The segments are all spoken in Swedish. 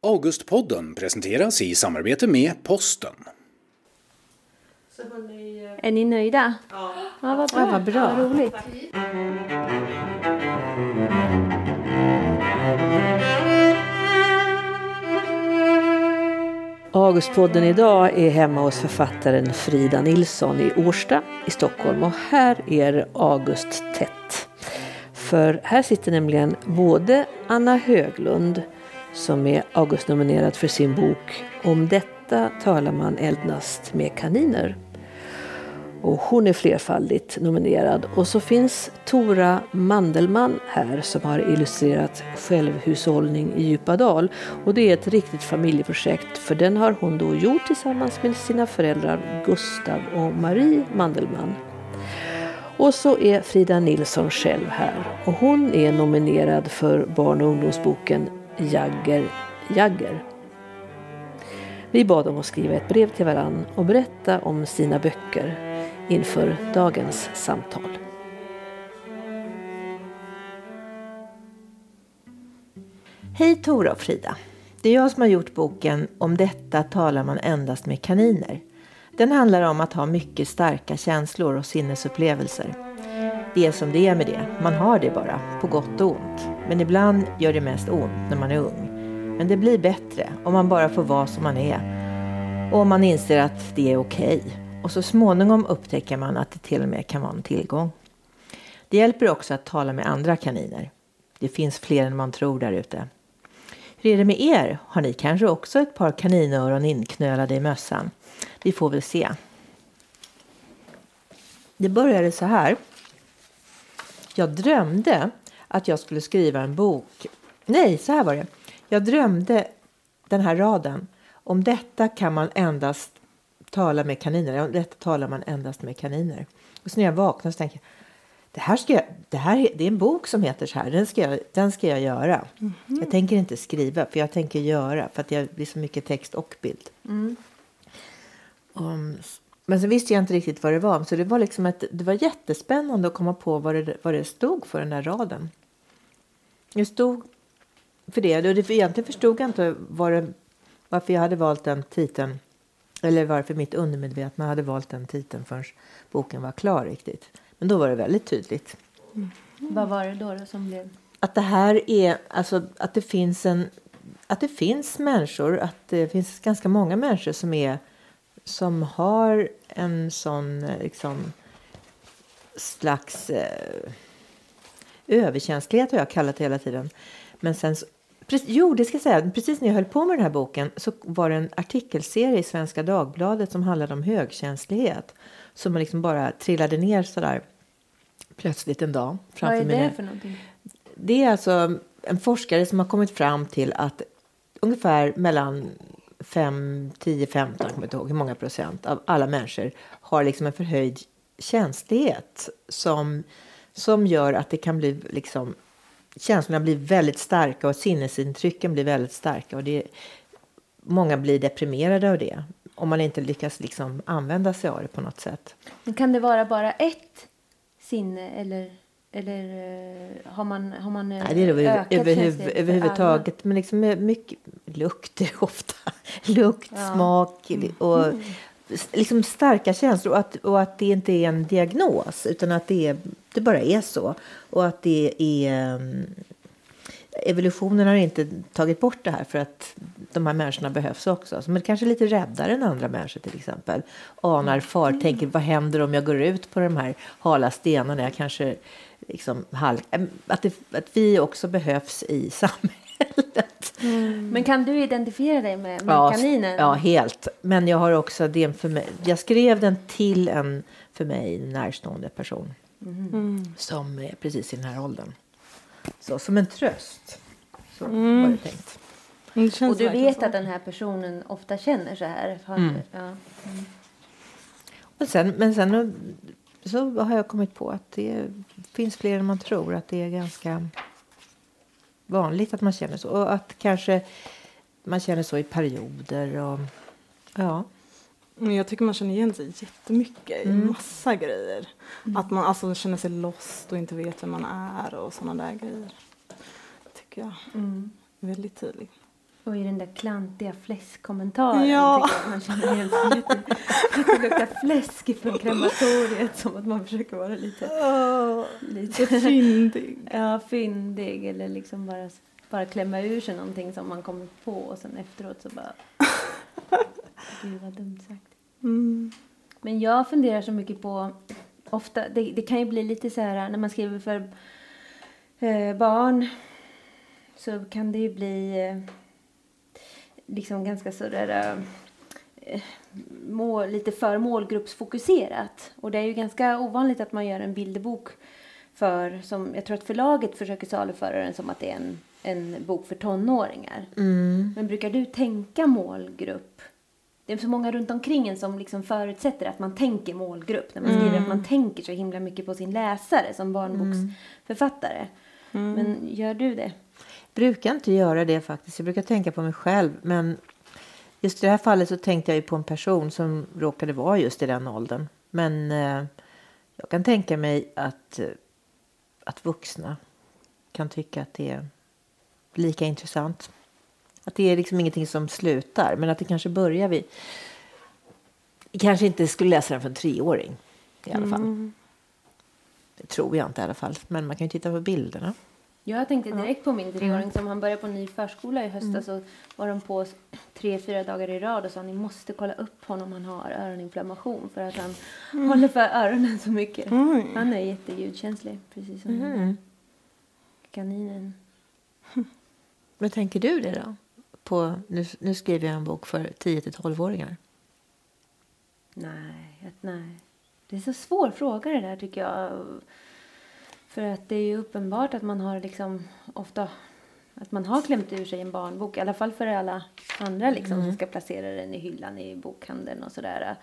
Augustpodden presenteras i samarbete med Posten. Är ni nöjda? Ja, vad bra. Ja, vad bra. Vad roligt. Augustpodden idag är hemma hos författaren Frida Nilsson i Årsta i Stockholm. Och här är August tätt. För här sitter nämligen både Anna Höglund, som är Augustnominerad för sin bok Om detta talar man eldast med kaniner. Och hon är flerfaldigt nominerad. Och så finns Tora Mandelmann här som har illustrerat Självhushållning i Djupadal. Och det är ett riktigt familjeprojekt, för den har hon då gjort tillsammans med sina föräldrar Gustav och Marie Mandelmann. Och så är Frida Nilsson själv här. Och hon är nominerad för barn- och ungdomsboken Jagger. Vi bad dem att skriva ett brev till varann och berätta om sina böcker inför dagens samtal. Hej Tora och Frida. Det är jag som har gjort boken Om detta talar man endast med kaniner. Den handlar om att ha mycket starka känslor och sinnesupplevelser. Det är som det är med det. Man har det bara, på gott och ont. Men ibland gör det mest ont när man är ung. Men det blir bättre om man bara får vara som man är. Och om man inser att det är okej. Och så småningom upptäcker man att det till och med kan vara en tillgång. Det hjälper också att tala med andra kaniner. Det finns fler än man tror där ute. Hur är det med er? Har ni kanske också ett par kaninöron inknölade i mössan? Vi får väl se. Det började så här. Jag drömde att jag skulle skriva en bok. Nej, så här var det. Jag drömde den här raden. Om detta kan man endast tala med kaniner. Om detta talar man endast med kaniner. Och så när jag vaknade så tänkte jag, det är en bok som heter så här. Den ska jag göra. Mm-hmm. Jag tänker inte skriva, för jag tänker göra. För att det blir så mycket text och bild. Mm. Men så visste jag inte riktigt vad det var. Så det var liksom det var jättespännande att komma på vad det stod för den där raden. Det stod för det. Egentligen förstod jag inte varför jag hade valt den titeln. Eller varför mitt undermedvetna hade valt den titeln förrän boken var klar riktigt. Men då var det väldigt tydligt. Mm. Vad var det då som blev? Att det här är, alltså att det finns människor, att det finns ganska många människor som har en sån liksom slags överkänslighet, har jag kallat det hela tiden. Men sen det ska jag säga, precis när jag höll på med den här boken så var det en artikelserie i Svenska Dagbladet som handlade om högkänslighet. Som man liksom bara trillade ner sådär plötsligt en dag. Vad är det för någonting? Det är alltså en forskare som har kommit fram till att ungefär mellan 5, 10, 15, jag kommer inte ihåg hur många procent av alla människor har liksom en förhöjd känslighet som gör att det kan bli liksom, känslorna blir väldigt starka och sinnesintrycken blir väldigt starka, och många blir deprimerade av det om man inte lyckas liksom använda sig av det på något sätt. Men kan det vara bara ett sinne eller har man Nej, det är överhuvudtaget, men liksom mycket lukter ofta. Lukt, smak och liksom starka känslor, och att det inte är en diagnos utan att det bara är så, och att det är evolutionen har inte tagit bort det här för att de här människorna behövs också. Så man är kanske lite räddare än andra människor till exempel. Anar tänker vad händer om jag går ut på de här hala stenarna? Jag kanske liksom att vi också behövs i samhället. Mm. Men kan du identifiera dig med kaninen? Ja, helt. Men jag har också det för mig. Jag skrev den till en för mig närstående person. Som är precis i den här åldern. Så som en tröst. Så var det tänkt. Och du vet att den här personen ofta känner så här. Men sen så har jag kommit på att det finns fler än man tror. Att det är ganska vanligt att man känner så. Och att kanske man känner så i perioder. Och, ja. Men jag tycker man känner igen sig jättemycket i massa grejer. Att man alltså känner sig lost och inte vet vem man är och sådana där grejer. Tycker jag. Väldigt tydligt. Och i den där klantiga fläskkommentaren Ja. tycker jag man känner igen sig lite. Att det luktar fläsk ifrån krematoriet, som att man försöker vara lite fyndig. Ja, fyndig. Eller liksom bara klämma ur sig någonting som man kommer på. Och sen efteråt så bara... Gud, vad dumt sagt. Mm. Men jag funderar så mycket på... Ofta, det kan ju bli lite så här när man skriver för barn. Så kan det ju bli liksom ganska sådär lite för målgruppsfokuserat. Och det är ju ganska ovanligt att man gör en bilderbok som jag tror att förlaget försöker saluföra den som att det är en bok för tonåringar. Men brukar du tänka målgrupp? Det är så många runt omkring en som liksom förutsätter att man tänker målgrupp. När man skriver att man tänker så himla mycket på sin läsare som barnboksförfattare. Men gör du det? Brukar inte göra det faktiskt. Jag brukar tänka på mig själv. Men just i det här fallet så tänkte jag ju på en person som råkade vara just i den åldern. Men jag kan tänka mig att vuxna kan tycka att det är lika intressant. Att det är liksom ingenting som slutar. Men att det kanske börjar vid... Kanske inte skulle läsa den för en 3-åring i alla fall. Det tror jag inte i alla fall. Men man kan ju titta på bilderna. Jag tänkte direkt på min 3-åring som han började på en ny förskola i höstas. Så var de på 3-4 dagar i rad och sa ni måste kolla upp honom, han har öroninflammation. För att han håller för öronen så mycket. Han är jätteljudkänslig, precis som kaninen. Men tänker du det då? Nu skriver jag en bok för 10-12-åringar. Nej. Det är så svår fråga det där tycker jag. För att det är ju uppenbart att man har liksom ofta att man har klämt ur sig en barnbok. I alla fall för alla andra liksom som ska placera den i hyllan i bokhandeln och sådär.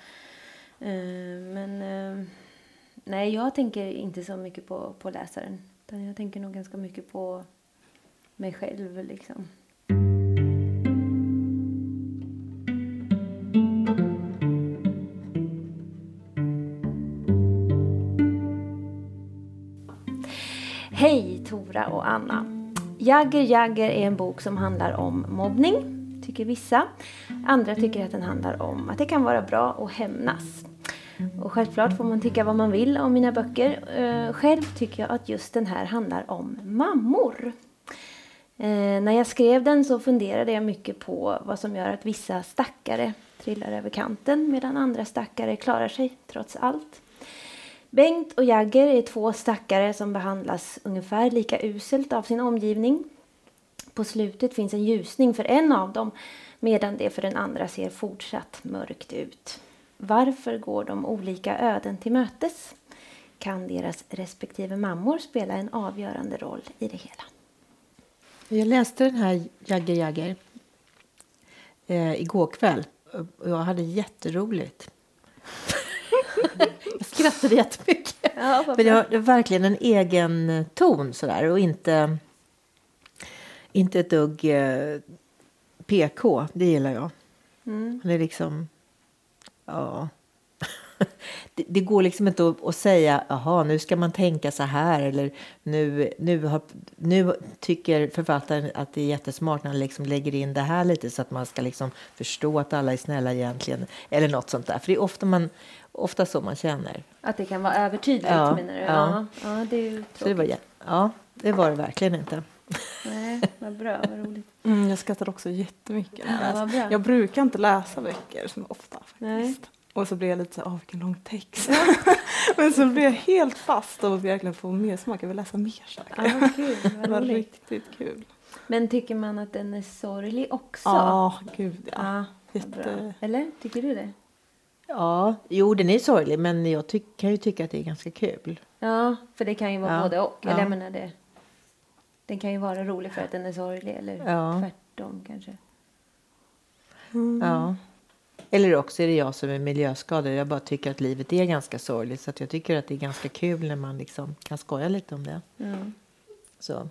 Nej, jag tänker inte så mycket på läsaren. Utan jag tänker nog ganska mycket på mig själv liksom. Hej Tora och Anna. Jagger är en bok som handlar om mobbning, tycker vissa. Andra tycker att den handlar om att det kan vara bra att hämnas. Och självklart får man tycka vad man vill om mina böcker. Själv tycker jag att just den här handlar om mammor. När jag skrev den så funderade jag mycket på vad som gör att vissa stackare trillar över kanten medan andra stackare klarar sig trots allt. Bengt och Jagger är 2 stackare som behandlas ungefär lika uselt av sin omgivning. På slutet finns en ljusning för en av dem medan det för den andra ser fortsatt mörkt ut. Varför går de olika öden till mötes? Kan deras respektive mammor spela en avgörande roll i det hela? Jag läste den här Jagger igår kväll och jag hade jätteroligt. Jag skrattade jättemycket. Ja, men det är verkligen en egen ton sådär och inte ett dugg PK, det gillar jag. Det är liksom ja. Det går liksom inte att säga jaha, nu ska man tänka så här eller nu tycker författaren att det är jättesmart när han liksom lägger in det här lite så att man ska liksom förstå att alla är snälla egentligen eller något sånt där. För det är ofta så man känner. Att det kan vara övertydligt menar du? Ja. Ja, det är ju så det var det verkligen inte. Nej, vad bra, vad roligt. Jag skrattar också jättemycket. Ja, vad bra. Jag brukar inte läsa böcker som ofta faktiskt. Nej. Och så blir jag lite så vilken lång text. Men så blir jag helt fast och verkligen få mer smak. Jag vill läsa mer saker. Ja, vad kul. Det var riktigt kul. Men tycker man att den är sorglig också? Ja, gud ja. Bra. Eller? Tycker du det? Ja, jo den är sorglig men jag kan ju tycka att det är ganska kul. Ja, för det kan ju vara både och. Eller Ja. jag menar det. Den kan ju vara rolig för att den är sorglig eller tvärtom kanske. Ja. Eller också är det jag som är miljöskadad. Jag bara tycker att livet är ganska sorgligt. Så att jag tycker att det är ganska kul när man liksom kan skoja lite om det. Så.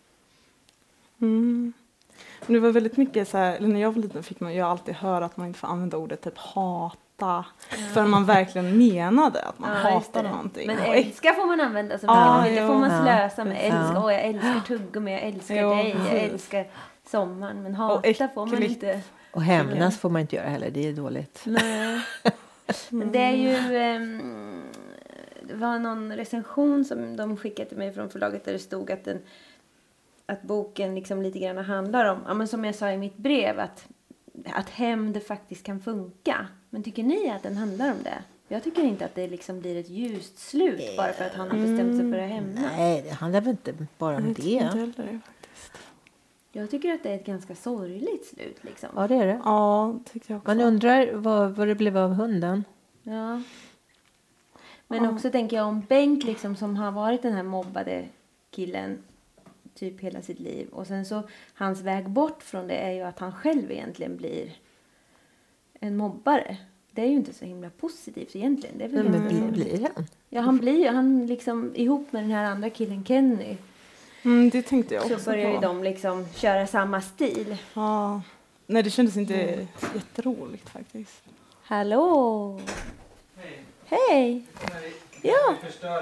Det var väldigt mycket så här, när jag var liten fick man ju alltid höra att man inte får använda ordet typ hata. För man verkligen menade att man hatade någonting. Men älska får man använda så mycket. Det får man slösa med. Älska, jag älskar tuggummi, jag älskar dig, jag älskar sommaren. Men hata får man inte. Och hämnas får man inte göra heller, det är dåligt. Nej. Men det är ju... det var någon recension som de skickade till mig från förlaget där det stod att boken liksom lite grann handlar om, ja, men som jag sa i mitt brev, att hämnd faktiskt kan funka. Men tycker ni att den handlar om det? Jag tycker inte att det liksom blir ett ljust slut bara för att han har bestämt sig för att hämnas. Nej, det handlar väl inte bara om det. Jag tycker att det är ett ganska sorgligt slut liksom. Ja, det är det. Ja, tycker jag också. Man undrar vad det blev av hunden. Ja. Men också tänker jag om Bengt liksom, som har varit den här mobbade killen typ hela sitt liv. Och sen så hans väg bort från det är ju att han själv egentligen blir en mobbare. Det är ju inte så himla positivt egentligen. Det är väl Men blir han? Ja, han liksom ihop med den här andra killen Kenny. Det tänkte jag också så börjar ju de liksom köra samma stil. Ja. Nej, det kändes inte jätteroligt faktiskt. Hallå! Hej! Ja!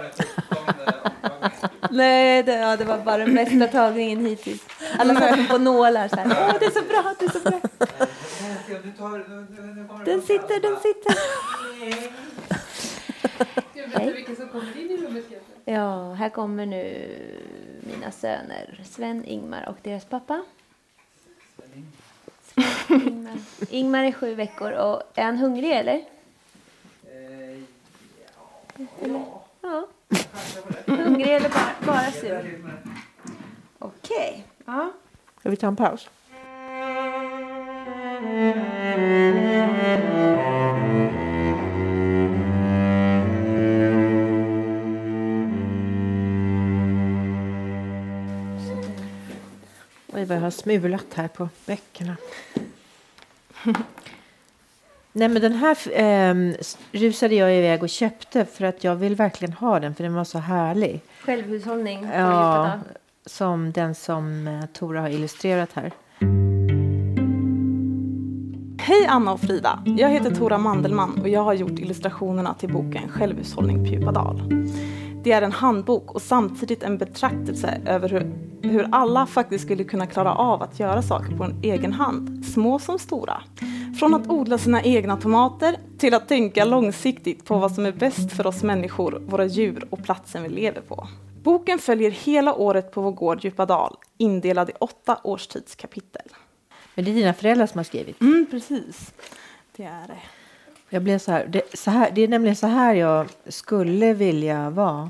Nej, det var bara den bästa tagningen hittills. Alla satt på nålar så här. Åh, det är så bra, det är så bra. Den sitter. Hej. Vilka som kommer in i rummet? Ja, här kommer nu mina söner Sven, Ingmar och deras pappa. Ingmar är 7 veckor och är han hungrig eller? Ja. Hungrig eller bara sur? Okej. Ja. Ska vi ta en paus? Oj, vad jag har smulat här på böckerna. Nej, men den här rusade jag iväg och köpte för att jag vill verkligen ha den, för den var så härlig. Självhushållning. Ja, som den som Tora har illustrerat här. Hej Anna och Frida, jag heter Tora Mandelman och jag har gjort illustrationerna till boken Självhushållning Pupadal. Det är en handbok och samtidigt en betraktelse över hur alla faktiskt skulle kunna klara av att göra saker på en egen hand, små som stora. Från att odla sina egna tomater till att tänka långsiktigt på vad som är bäst för oss människor, våra djur och platsen vi lever på. Boken följer hela året på vår gård Djupadal, indelad i 8 årstidskapitel. Men det är dina föräldrar som har skrivit? Precis. Det är det. Jag blev så här. Det är nämligen så här jag skulle vilja vara.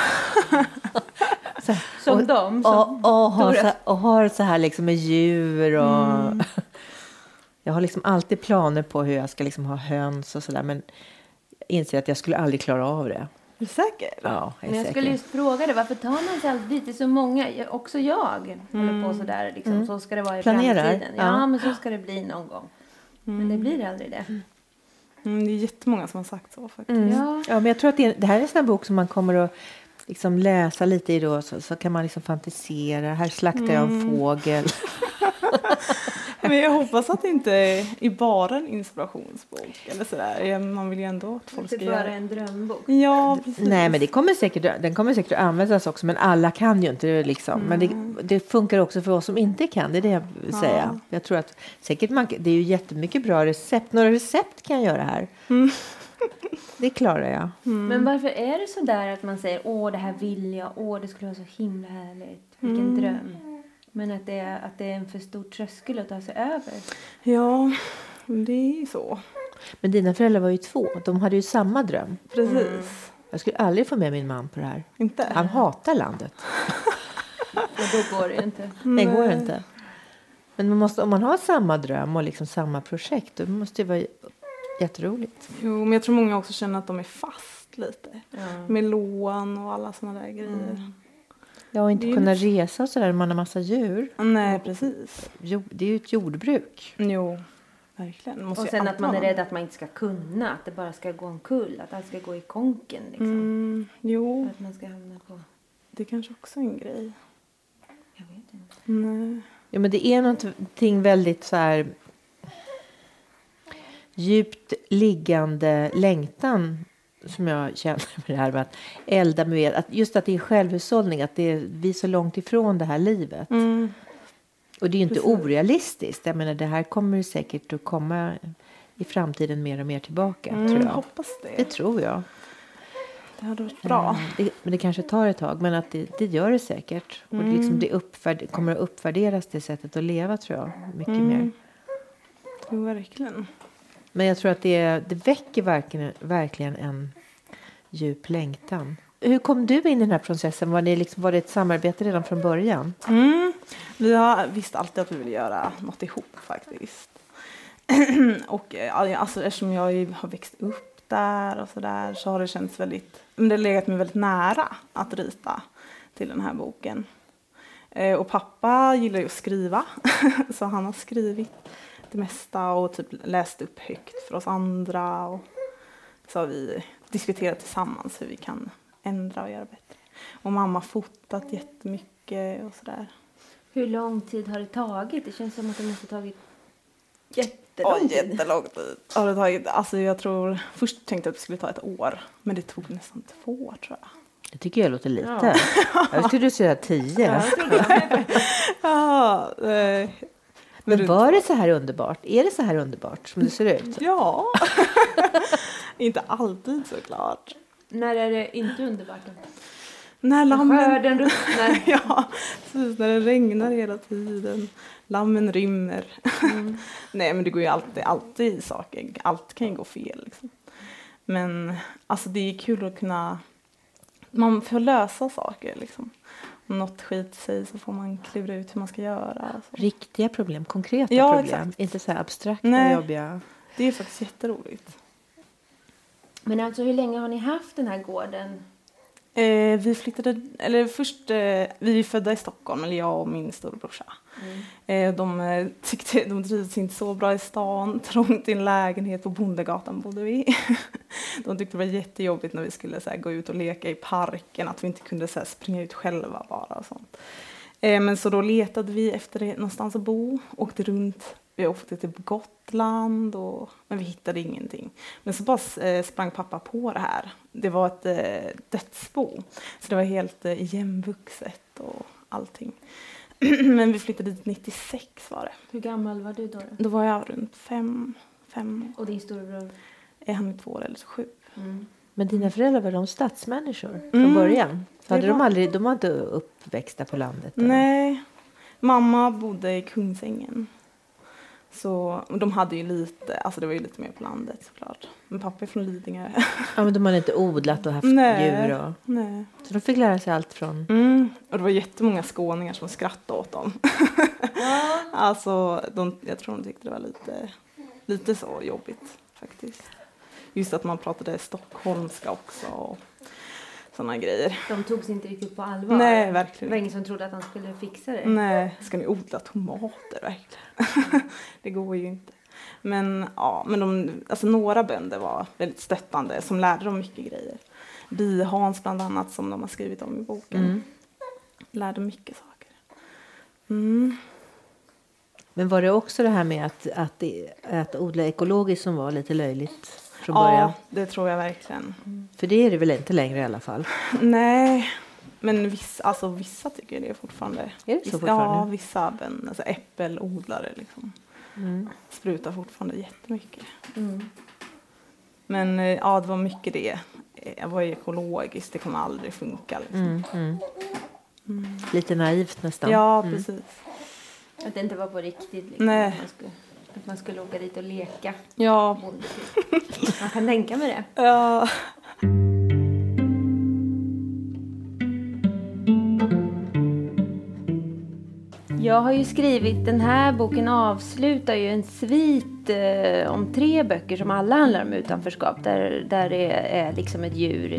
Så här, som dem. Och har så här liksom med djur och... Jag har liksom alltid planer på hur jag ska liksom ha höns och sådär. Men jag inser att jag skulle aldrig klara av det. Är du säker? Ja, men jag skulle just fråga dig, varför tar man sig alltid dit? Det är så många, också jag håller på sådär. Liksom. Så ska det vara i framtiden. Ja, men så ska det bli någon gång. Men det blir aldrig det. Det är jättemånga som har sagt så faktiskt. Ja, men jag tror att det här är en sån här bok som man kommer att liksom läsa lite i då. Så kan man liksom fantisera. Här slaktar jag en fågel. Men jag hoppas att det inte är bara en inspirationsbok eller sådär. Man vill ju ändå att folk ska göra. Det är bara en drömbok. Ja, precis. Nej, men den kommer säkert att användas också. Men alla kan ju inte det liksom. Men det funkar också för oss som inte kan. Det är det jag vill säga. Jag tror att säkert det är ju jättemycket bra recept. Några recept kan jag göra här. Det klarar jag. Men varför är det så där att man säger det här vill jag. Det skulle vara så himla härligt. Vilken dröm. Men att det är en för stor tröskel att ta sig över. Ja, det är så. Men dina föräldrar var ju 2. De hade ju samma dröm. Precis. Jag skulle aldrig få med min man på det här. Inte? Han hatar landet. Och då går det inte. Det går inte. Men om man har samma dröm och liksom samma projekt, då måste det vara jätteroligt. Jo, men jag tror många också känner att de är fast lite. Med lån och alla såna där grejer. Ja, och inte kunna resa och sådär när man har massa djur. Nej, precis. Det är ju ett jordbruk. Jo, verkligen. Och sen att man är rädd att man inte ska kunna. Att det bara ska gå omkull. Att allt ska gå i konken. Liksom. Jo. Att man ska hamna på... Det är kanske också en grej. Jag vet inte. Nej. Ja, men det är någonting väldigt så här djupt liggande längtan som jag känner med det här med att elda med. Just att det är självhushållning. Att vi är så långt ifrån det här livet. Och det är ju inte orealistiskt. Jag menar, det här kommer säkert att komma i framtiden mer och mer tillbaka, tror jag. Hoppas det. Det tror jag. Det hade varit bra. Men det kanske tar ett tag, men att det gör det säkert. Och liksom det kommer att uppvärderas, det sättet att leva, tror jag. Mycket mer. Jo, verkligen. Men jag tror att det väcker verkligen en djup längtan. Hur kom du in i den här processen? Var det ett samarbete redan från början? Vi har visst alltid att vi vill göra något ihop faktiskt. Och alltså, eftersom jag har växt upp där och sådär, så har det känts det har legat mig väldigt nära att rita till den här boken. Och pappa gillar ju att skriva, så han har skrivit det mesta och typ läst upp högt för oss andra. Och så har vi diskuterat tillsammans hur vi kan ändra och göra bättre. Och mamma har fotat jättemycket och sådär. Hur lång tid har det tagit? Det känns som att det måste ha tagit jättelång tid. Har det tagit, alltså jag tror, först tänkte jag att det skulle ta 1 år. Men det tog nästan 2 år, tror jag. Det tycker jag låter lite. Jag skulle säga 10. Men var det så här underbart? Är det så här underbart som det ser ut? Ja. Inte alltid såklart. När är det inte underbart? När lammen... Skörden ruttnar. Ja, precis. När det regnar hela tiden. Lammen rymmer. Nej, men det går ju alltid i saker. Allt kan ju gå fel. Liksom. Men alltså, det är kul att kunna... Man får lösa saker. Liksom. Om något skiter sig så får man klura ut hur man ska göra. Så. Riktiga problem, konkreta problem. Exakt. Inte så här abstrakta, jobbiga. Det är faktiskt jätteroligt. Men alltså, hur länge har ni haft den här gården? Vi flyttade, eller först, vi är födda i Stockholm, eller jag och min storebrorsa. De trivdes inte så bra i stan, trångt i en lägenhet på Bondegatan bodde vi. De tyckte det var jättejobbigt när vi skulle så här, gå ut och leka i parken, att vi inte kunde så här, springa ut själva bara och sånt. Men så då letade vi efter någonstans att bo, åkte runt. Vi åkte till Gotland, men vi hittade ingenting. Men så bara sprang pappa på det här. Det var ett dödsbo. Så det var helt igenvuxet och allting. Men vi flyttade dit 96 var det. Hur gammal var du då? Då var jag runt 5. Och din storebror? Han är 2 år eller 7. Men dina föräldrar var de stadsmänniskor från början? Så de var inte uppväxta på landet? Eller? Nej, mamma bodde i Kungsängen. Så de hade ju lite, alltså det var ju lite mer på landet såklart. Men pappa är från Lidingö. Ja, men de hade inte odlat och haft djur och... Nej. Så de fick lära sig allt från... Och det var jättemånga skåningar som skrattade åt dem. Alltså, jag tror de tyckte det var lite så jobbigt faktiskt. Just att man pratade stockholmska också och sådana grejer. De togs inte riktigt på allvar. Nej, verkligen. Det var ingen som trodde att han skulle fixa det. Nej, ska ni odla tomater verkligen? Det går ju inte. Men ja, alltså några bönder var väldigt stöttande som lärde dem mycket grejer. Bihans bland annat som de har skrivit om i boken. Lärde mycket saker. Men var det också det här med att odla ekologiskt som var lite löjligt från början? Ja, det tror jag verkligen. För det är det väl inte längre i alla fall? Nej, men vissa tycker det fortfarande. Är det så fortfarande? Ja, vissa alltså äppelodlare liksom. Sprutar fortfarande jättemycket. Men ja, det var mycket det. Jag var ekologiskt, det kommer aldrig funka liksom. Lite naivt nästan. Ja, precis. Att det inte var på riktigt. Liksom. Nej. Att man skulle åka dit och leka. Ja. Man kan tänka med det. Ja. Jag har ju skrivit, den här boken avslutar ju en svit om 3 böcker som alla handlar om utanförskap. Där det är liksom ett djur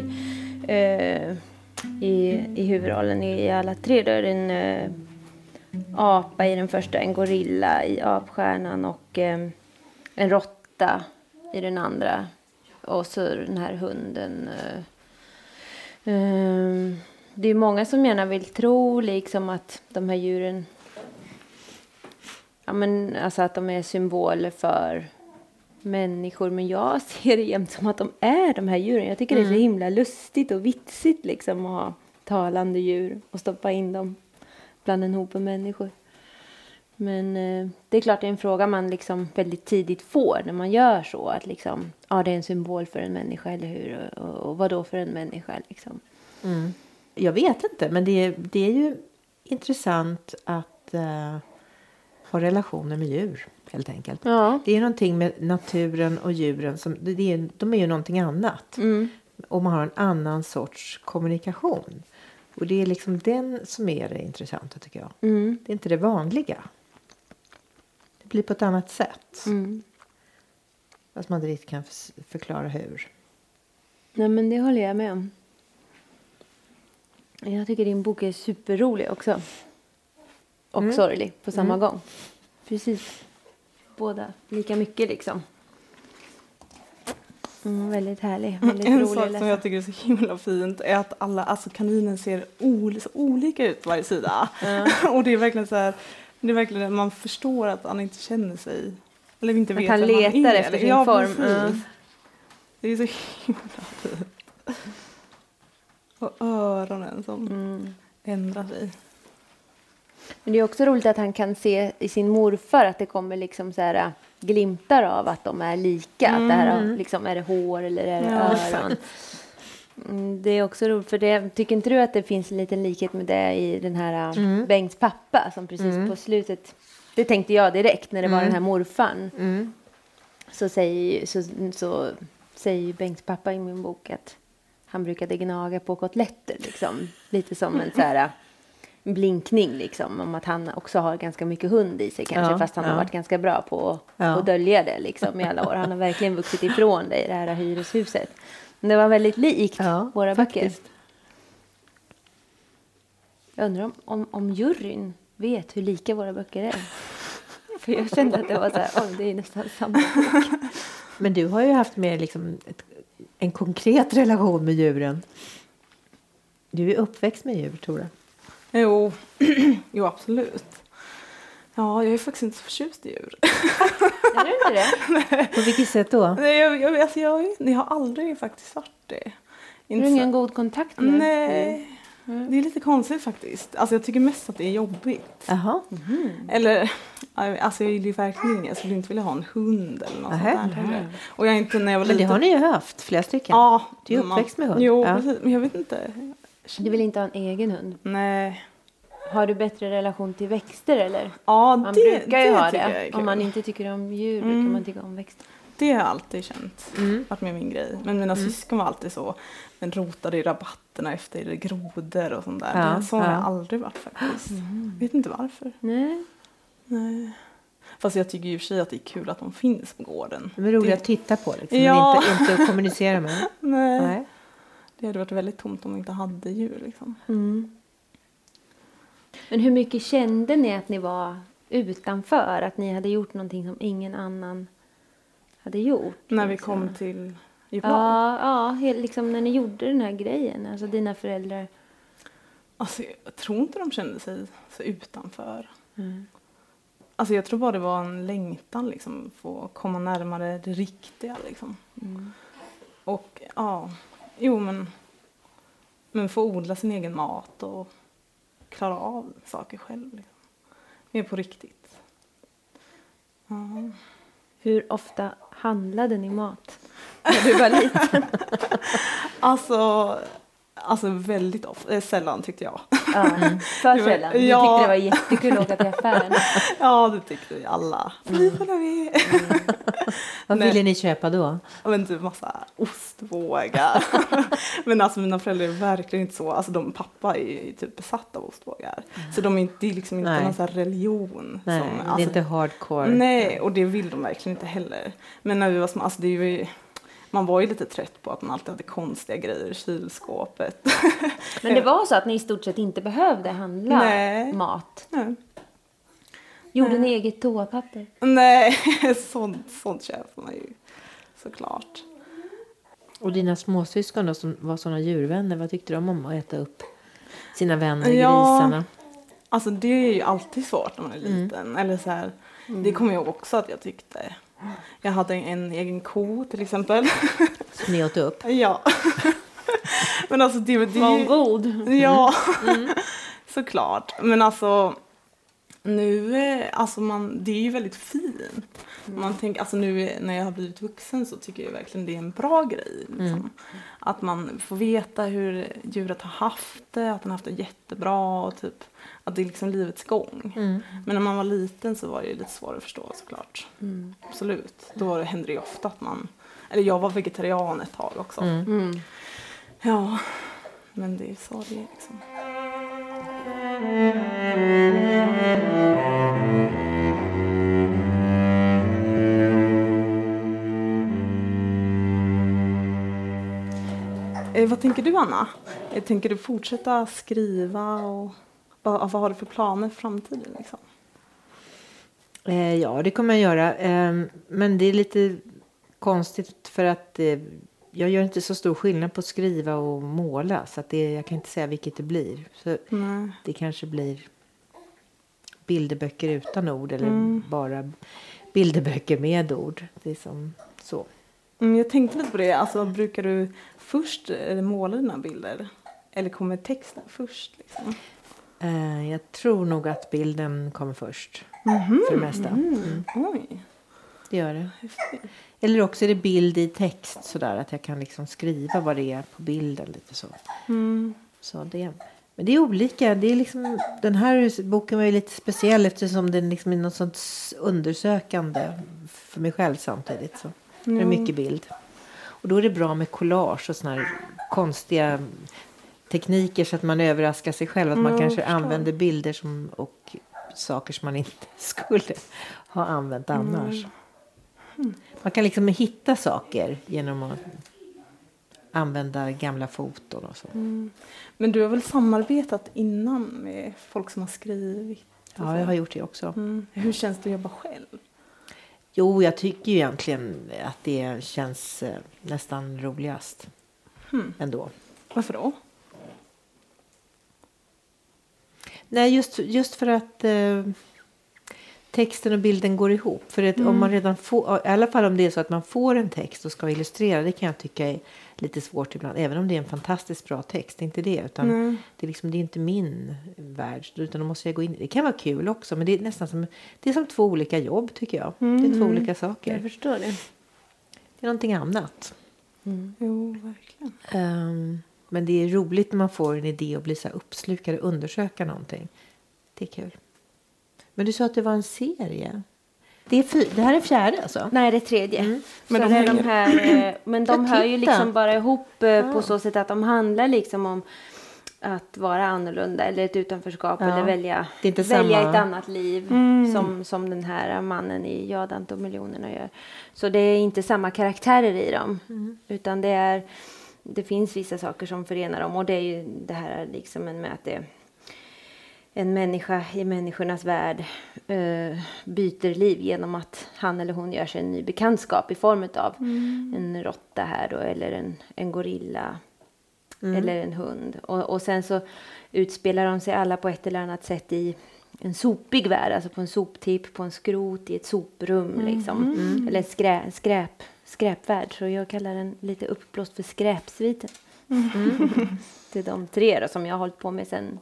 i huvudrollen i alla 3. Då är det en apa i den första, en gorilla i Apstjärnan och en råtta i den andra. Och så den här hunden. Det är många som gärna vill tro liksom att de här djuren, ja men alltså att de är symboler för människor, men jag ser det jämt som att de är de här djuren. Jag tycker det är så himla lustigt och vitsigt liksom att ha talande djur och stoppa in dem bland en hop av människor. Men det är klart det är en fråga man liksom väldigt tidigt får när man gör så. Att liksom, ja, det är en symbol för en människa, eller hur? Och vad då för en människa liksom? Jag vet inte, men det är ju intressant att ha relationer med djur, helt enkelt. Ja. Det är någonting med naturen och djuren som de är ju någonting annat. Och man har en annan sorts kommunikation. Och det är liksom den som är det intressanta, tycker jag. Det är inte det vanliga. Det blir på ett annat sätt. Fast man inte riktigt kan förklara hur. Nej, men det håller jag med om. Jag tycker din bok är superrolig också. Och sorglig på samma gång. Precis. Båda lika mycket liksom. Väldigt härlig. Väldigt En rolig sak att som läsa. jag tycker är så himla fint är att kaninen ser så olika ut varje sida. Och det är verkligen så här, det är verkligen man förstår att han inte känner sig, eller inte vet Man kan vem han leta är. efter sin form. Precis. Det är så himla fint. Och öronen som ändrar sig. Men det är också roligt att han kan se i sin morfar att det kommer liksom så här glimtar av att de är lika. Att det här liksom, är det hår eller är det öron? Det är också roligt, för det, tycker inte du att det finns en liten likhet med det i den här Bengts pappa som precis på slutet, det tänkte jag direkt när det var den här morfan. Så säger ju Bengts pappa i min bok att han brukade gnaga på kotletter liksom, lite som en så här blinkning liksom, om att han också har ganska mycket hund i sig kanske, fast han har varit ganska bra på att dölja det liksom i alla år. Han har verkligen vuxit ifrån det i det här hyreshuset. Men det var väldigt likt våra böcker. Jag undrar om juryn vet hur lika våra böcker är. För jag kände att det var så här, det är nästan samma bok. Men du har ju haft mer liksom en konkret relation med djuren. Du är uppväxt med djur, tror jag. Jo, absolut. Ja, jag är faktiskt inte så förtjust i djur. Är du inte det? På vilket sätt då? Nej, jag har aldrig faktiskt varit det. Har du ingen god kontakt med? Nej, det är lite konstigt faktiskt. Alltså jag tycker mest att det är jobbigt. Jaha. Eller, alltså jag vill ju verkligen, jag skulle inte vilja ha en hund eller något sånt där heller. Och jag är inte, när jag var Men liten. det har ni ju haft, flera stycken. Ja. Du är uppväxt med hund. Jo, precis, men jag vet inte. Du vill inte ha en egen hund? Nej. Har du bättre relation till växter eller? Ja, Man det brukar ju ha tycker jag det. är kul. Om man inte tycker om djur brukar man tycka om växter. Det har jag alltid känt. Varit med min grej. Men mina syskon var alltid så. Men rotade i rabatterna efter grodor och sånt där. Ja, Så har jag aldrig varit faktiskt. Vet inte varför. Nej. Fast jag tycker ju i och för sig att det är kul att de finns på gården. De är roliga att titta på liksom. Ja. Men inte att kommunicera med. Nej. Det hade varit väldigt tomt om vi inte hade djur liksom. Men hur mycket kände ni att ni var utanför? Att ni hade gjort någonting som ingen annan hade gjort? När vi liksom? kom till Djupal. Liksom när ni gjorde den här grejen. Alltså dina föräldrar. Alltså jag tror inte de kände sig så utanför. Alltså jag tror bara det var en längtan liksom. Få komma närmare det riktiga liksom. Och men få odla sin egen mat och klara av saker själv. Liksom. Mer på riktigt. Hur ofta handlade ni mat när du var liten? Alltså väldigt ofta. Sällan tyckte jag. För sällan. Du tyckte det var jättekul att åka till affären. Ja, det tyckte vi alla. Vad ville ni köpa då? Men typ massa ostbågar. Men alltså mina föräldrar är verkligen inte så. Alltså pappa är typ besatt av ostbågar. Så det är liksom inte någon sån här religion. Nej, det är inte hardcore. Nej, och det vill de verkligen inte heller. Men när vi var små, alltså det är ju... Man var ju lite trött på att man alltid hade konstiga grejer i kylskåpet. Men det var så att ni i stort sett inte behövde handla mat? Nej. Gjorde ni eget toapapper? Nej, sånt köper man ju såklart. Och dina småsyskon då, som var såna djurvänner, vad tyckte de om att äta upp sina vänner, grisarna? Alltså det är ju alltid svårt när man är liten. Eller så här, det kommer jag också att jag tyckte. Jag hade en egen ko till exempel. Som ni åt upp? Ja. Men alltså det var god. Ja, såklart. Men alltså Nu, alltså det är ju väldigt fin. Man tänker, alltså nu när jag har blivit vuxen så tycker jag verkligen det är en bra grej. Liksom. Att man får veta hur djuret har haft det, att den har haft det jättebra och typ att det är liksom livets gång. Men när man var liten så var det ju lite svårare att förstå såklart. Absolut. Då hände det ju ofta att eller jag var vegetarian ett tag också. Ja, men det är så det är liksom. Vad tänker du, Anna? Tänker du fortsätta skriva och vad har du för planer för framtiden? Liksom? Ja, det kommer jag göra. Men det är lite konstigt för att jag gör inte så stor skillnad på att skriva och måla. Så att jag kan inte säga vilket det blir. Så det kanske blir bilderböcker utan ord eller bara bilderböcker med ord. Det är som så. Jag tänkte lite på det. Alltså, brukar du först måla dina bilder? Eller kommer texten först? Liksom? Jag tror nog att bilden kommer först. För det mesta. Oj. Det gör det. Eller också är det bild i text. Sådär, att jag kan liksom skriva vad det är på bilden. Lite så. Så det. Men det är olika. Det är liksom, den här boken var ju lite speciell. Eftersom den liksom är något sånt undersökande för mig själv samtidigt. Så. Det är mycket bild. Och då är det bra med collage och såna här konstiga tekniker så att man överraskar sig själv. Att man kanske använder bilder och saker som man inte skulle ha använt annars. Man kan liksom hitta saker genom att använda gamla foton och så. Men du har väl samarbetat innan med folk som har skrivit? Ja, jag har gjort det också. Hur känns det att jobba själv? Jo, jag tycker ju egentligen att det känns nästan roligast ändå. Varför då? Nej, just för att texten och bilden går ihop. För att om man redan får, i alla fall om det är så att man får en text och ska illustrera, det kan jag tycka är lite svårt ibland. Även om det är en fantastiskt bra text, det är inte det. Utan det är inte min värld, utan då måste jag gå in. Det kan vara kul också, men det är nästan som två olika jobb tycker jag. Det är två olika saker. Jag förstår det. Det är någonting annat. Jo, verkligen. Men det är roligt när man får en idé och blir så här uppslukad och undersöka någonting. Det är kul. Men du sa att det var en serie. Det här är 4:e alltså? Nej, det är 3:e. Men så de det är de här, men de hör ju liksom bara ihop på så sätt att de handlar liksom om att vara annorlunda eller ett utanförskap eller välja ett annat liv som den här mannen i Ja, Dante och miljonerna gör. Så det är inte samma karaktärer i dem utan det finns vissa saker som förenar dem och det är ju det här liksom med att det en människa i människornas värld byter liv genom att han eller hon gör sig en ny bekantskap i form av en råtta här då, eller en gorilla eller en hund. Och sen så utspelar de sig alla på ett eller annat sätt i en sopig värld, alltså på en soptipp, på en skrot, i ett soprum liksom. Eller skräpvärld, så jag kallar den lite uppblåst för skräpsviten. Det är de 3 då, som jag har hållit på med sedan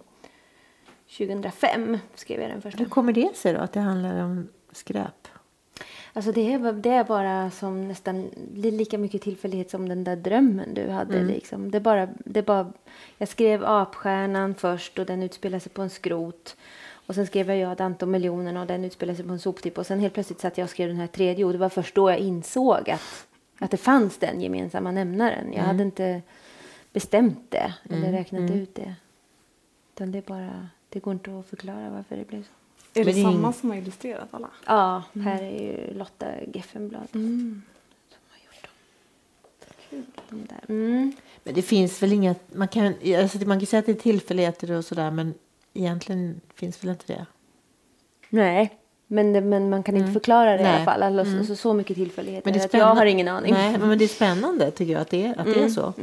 2005 skrev jag den första. Hur kommer det sig då att det handlar om skräp? Alltså det är bara som nästan lika mycket tillfällighet som den där drömmen du hade. Liksom. Det är bara, jag skrev Apstjärnan först och den utspelar sig på en skrot. Och sen skrev jag Dante och miljonerna och den utspelar sig på en soptipp. Och sen helt plötsligt satt jag och skrev den här 3:e och det var först då jag insåg att det fanns den gemensamma nämnaren. Jag hade inte bestämt det eller räknat ut det. Utan det går inte att förklara varför det blev så. Är det samma som har illustrerat alla? Ja, här är ju Lotta Geffenblad som har gjort dem. Kul, de där. Men det finns väl inget, man kan säga att det är tillfälligheter och sådär, men egentligen finns väl inte det? Nej, men man kan inte förklara det i alla fall. Alltså, så mycket tillfälligheter. Men det är att jag har ingen aning. Nej, men det är spännande tycker jag att det är så.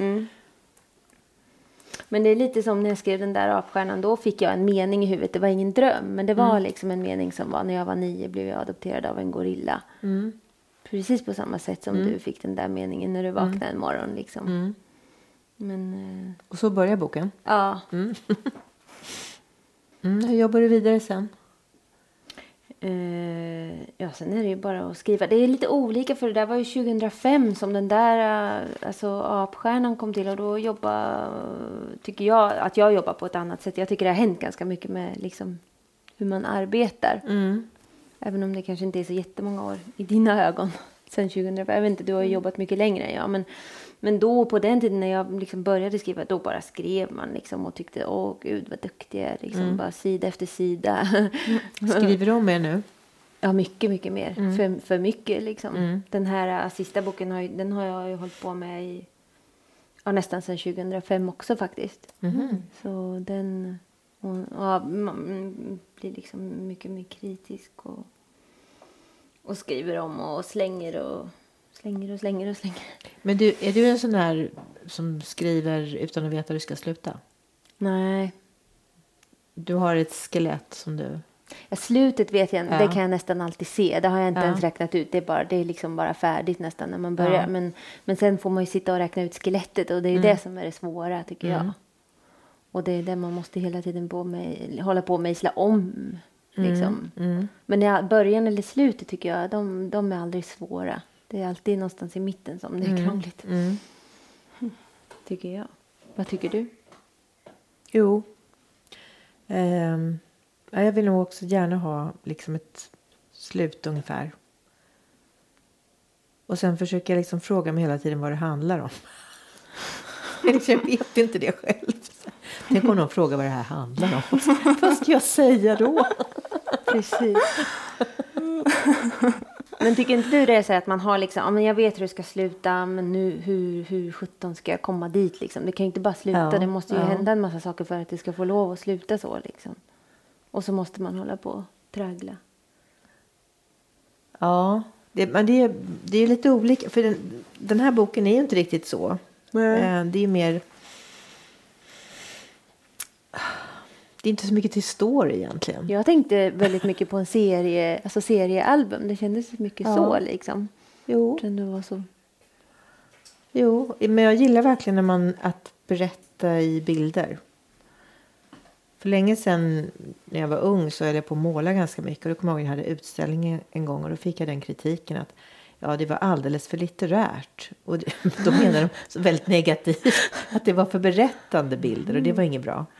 Men det är lite som när jag skrev den där Apstjärnan. Då fick jag en mening i huvudet. Det var ingen dröm. Men det var liksom en mening som var. När jag var 9 blev jag adopterad av en gorilla. Precis på samma sätt som du fick den där meningen när du vaknade en morgon. Liksom. Men, och så börjar boken? Ja. Hur jobbar du vidare sen? Ja, sen är det ju bara att skriva. Det är lite olika, för det där var ju 2005 som den där apstjärnan kom till. Och då tycker jag att jag jobbar på ett annat sätt. Jag tycker det har hänt ganska mycket med liksom hur man arbetar. Även om det kanske inte är så jättemånga år i dina ögon sen 2005. Jag vet inte, du har ju jobbat mycket längre än jag. Men då på den tiden när jag liksom började skriva, då bara skrev man liksom och tyckte, åh gud vad duktig jag är. Liksom bara sida efter sida. Skriver du om mer nu? Ja, mycket, mycket mer. För mycket liksom. Den här sista boken den har jag ju hållit på med i nästan sedan 2005 också faktiskt. Så den man blir liksom mycket mer kritisk och skriver om och slänger och slänger. Men är du en sån här som skriver utan att veta hur du ska sluta? Nej. Du har ett skelett som du... Ja, slutet vet jag, det kan jag nästan alltid se. Det har jag inte ens räknat ut. Det är liksom bara färdigt nästan när man börjar. Men sen får man ju sitta och räkna ut skelettet. Och det är ju det som är det svåra, tycker jag. Och det är det man måste hela tiden hålla på och mejsla om. Liksom. Men början eller slutet tycker jag, de är aldrig svåra. Det är alltid någonstans i mitten som det är krångligt. Tycker jag. Vad tycker du? Jo. Jag vill nog också gärna ha liksom ett slut ungefär. Och sen försöker jag liksom fråga mig hela tiden vad det handlar om. Jag vet inte det själv. Tänk om någon frågar vad det här handlar om. Vad ska jag säga då? Precis. Men tycker inte du det är så att man har liksom, men jag vet hur det ska sluta, men nu hur 17 ska jag komma dit liksom? Det kan ju inte bara sluta, det måste ju hända en massa saker för att det ska få lov att sluta så liksom. Och så måste man hålla på och traggla. Ja, men det är lite olika, för den här boken är ju inte riktigt så. Det är mer... Det är inte så mycket till story egentligen. Jag tänkte väldigt mycket på en seriealbum. Det kändes mycket så liksom. Jo. Det var så. Jo, men jag gillar verkligen att berätta i bilder. För länge sedan när jag var ung så höll jag på att måla ganska mycket. Och då kom jag ihåg att jag hade utställning en gång och då fick jag den kritiken att det var alldeles för litterärt. Och då menar de så väldigt negativt att det var för berättande bilder och det var inget bra.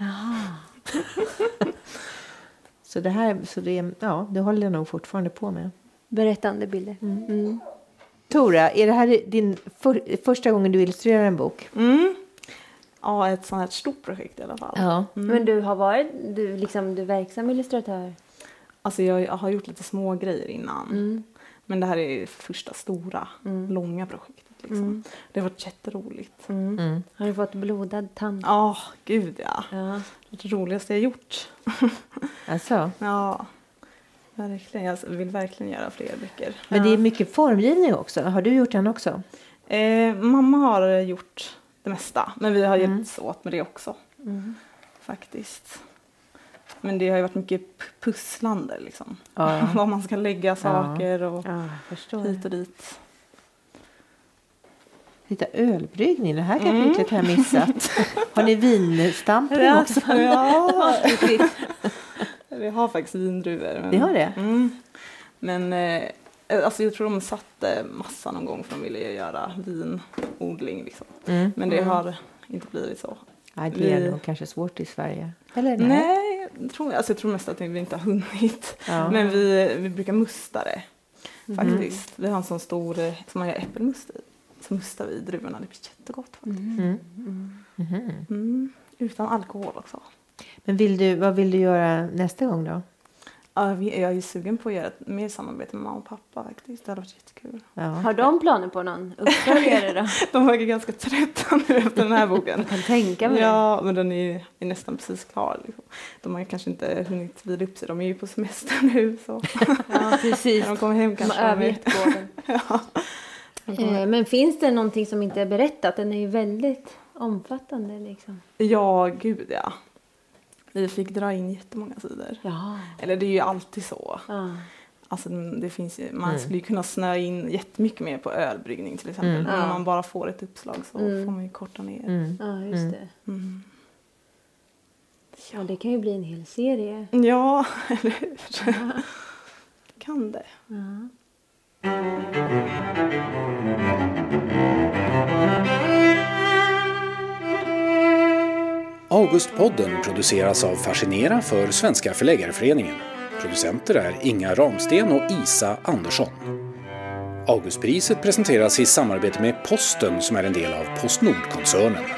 Det håller jag nog fortfarande på med. Berättande bilder. Tora, är det här din första gången du illustrerar en bok? Ja, ett sånt här stort projekt i alla fall. Ja. Men du har varit du är verksam illustratör? Alltså jag har gjort lite små grejer innan. Men det här är första stora, långa projektet. Liksom. Det har varit jätteroligt. Har du fått blodad tand? Ja, gud ja. Det roligaste jag gjort. Alltså. Ja, verkligen. Jag vill verkligen göra fler böcker. Men det är mycket formgivning också. Har du gjort den också? Mamma har gjort det mesta. Men vi har hjälpts åt med det också. Faktiskt. Men det har ju varit mycket pusslande liksom. Var man ska lägga saker och hit och dit. Lite ölbryggning, det här kapitlet har jag missat. Har ni vinstampning också? Ja, vi har faktiskt vindruvor. Men, det har det? Men alltså jag tror de satte massa någon gång för de ville göra vinodling. Liksom. Men det har inte blivit så. Nej, det är nog kanske svårt i Sverige. Eller nej, jag tror mest att vi inte har hunnit. Ja. Men vi brukar musta det faktiskt. Vi har en sån stor som man gör äppelmust i. Så mustar vi druvorna, det blir jättegott faktiskt. Utan alkohol också. Men vad vill du göra nästa gång då? Ja, jag är ju sugen på att göra ett mer samarbete med mamma och pappa faktiskt. Det hade varit jättekul. Ja. Har de planer på någon uppföljare då? De verkar ganska trötta nu efter den här boken. Jag kan tänka mig det. Men den är nästan precis klar. Liksom. De har kanske inte hunnit vila upp sig. De är ju på semester nu. Så. Ja, precis. När de kommer hem kanske. De har övergett gården. Ja. Men finns det någonting som inte är berättat? Den är ju väldigt omfattande liksom. Ja, gud ja. Vi fick dra in jättemånga sidor. Ja. Eller det är ju alltid så. Ja. Alltså det finns ju, man skulle ju kunna snöa in jättemycket mer på ölbryggning till exempel. Men om man bara får ett uppslag så får man ju korta ner. Ja, just det. Ja, det kan ju bli en hel serie. Ja, eller hur? kan det. Augustpodden produceras av Fascinera för Svenska Förläggareföreningen. Producenter är Inga Ramsten och Isa Andersson. Augustpriset presenteras i samarbete med Posten som är en del av PostNord-koncernen.